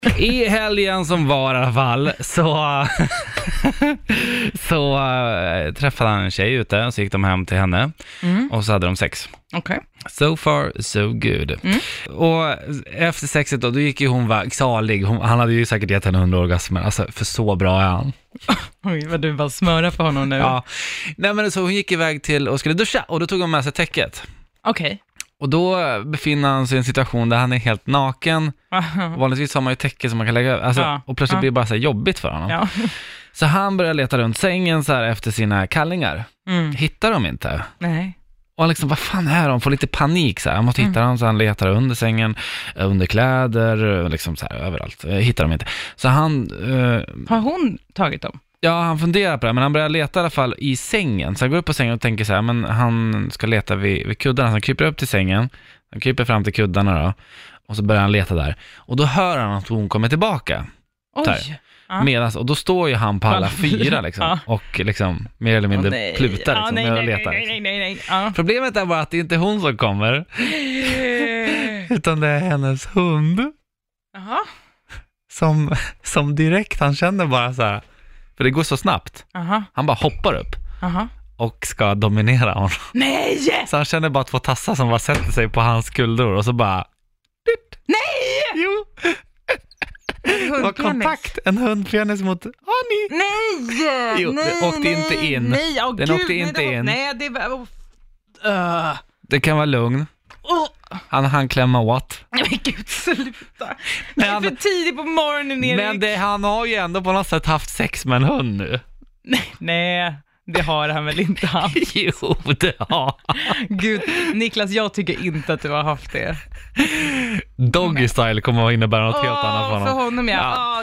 I helgen som var i alla fall så träffade han en tjej ute och så gick de hem till henne och så hade de sex. Okej. So far, so good. Och efter sexet då gick ju hon salig. Han hade ju säkert gett henne 100 orgasmer. Alltså, för så bra är han. Oj, vad du bara smörar på honom nu. Ja. Nej, men så hon gick iväg till och skulle duscha och då tog hon med sig täcket. Okej. Och då befinner han sig i en situation där han är helt naken. Vanligtvis har man ju täcke som man kan lägga alltså, och plötsligt blir det bara så här jobbigt för honom. Ja. Så han börjar leta runt sängen så här efter sina kallingar. Hittar de inte. Nej. Och liksom, vad fan är de? Får lite panik så här. Han måste hitta dem, så han letar under sängen, under kläder, liksom så här, överallt. Hittar de inte. Så han... Har hon tagit dem? Ja, han funderar på det, men han börjar leta i alla fall i sängen. Så han går upp på sängen och tänker så här, men han ska leta vid kuddarna. Så han kryper upp till sängen, han kryper fram till kuddarna då. Och så börjar han leta där. Och då hör han att hon kommer tillbaka. Oj! Medans, och då står ju han på alla fyra liksom, och liksom mer eller mindre plutar liksom, nej. Problemet är bara att det inte är hon som kommer utan det är hennes hund. Jaha. Som direkt, han känner bara så här, för det går så snabbt. Han bara hoppar upp och ska dominera honom. Nej! Så han känner bara 2 tassar som bara sätter sig på hans skuldror och så bara nej! Jo! Och kontakt, en hundpenis mot Annie. Nej! Jo, nej, det åkte inte in. Nej, den gud, åkte inte in. Nej, det var... Det kan vara lugn. Han klämma åt. Men gud, sluta. Det är för tidigt på morgonen, Erik. Men han har ju ändå på något sätt haft sex med en hund nu. Nej, det har han väl inte haft. Jo, det har. Gud, Niklas, jag tycker inte att du har haft det. Doggy style kommer att innebära något helt annat för honom. För honom, ja.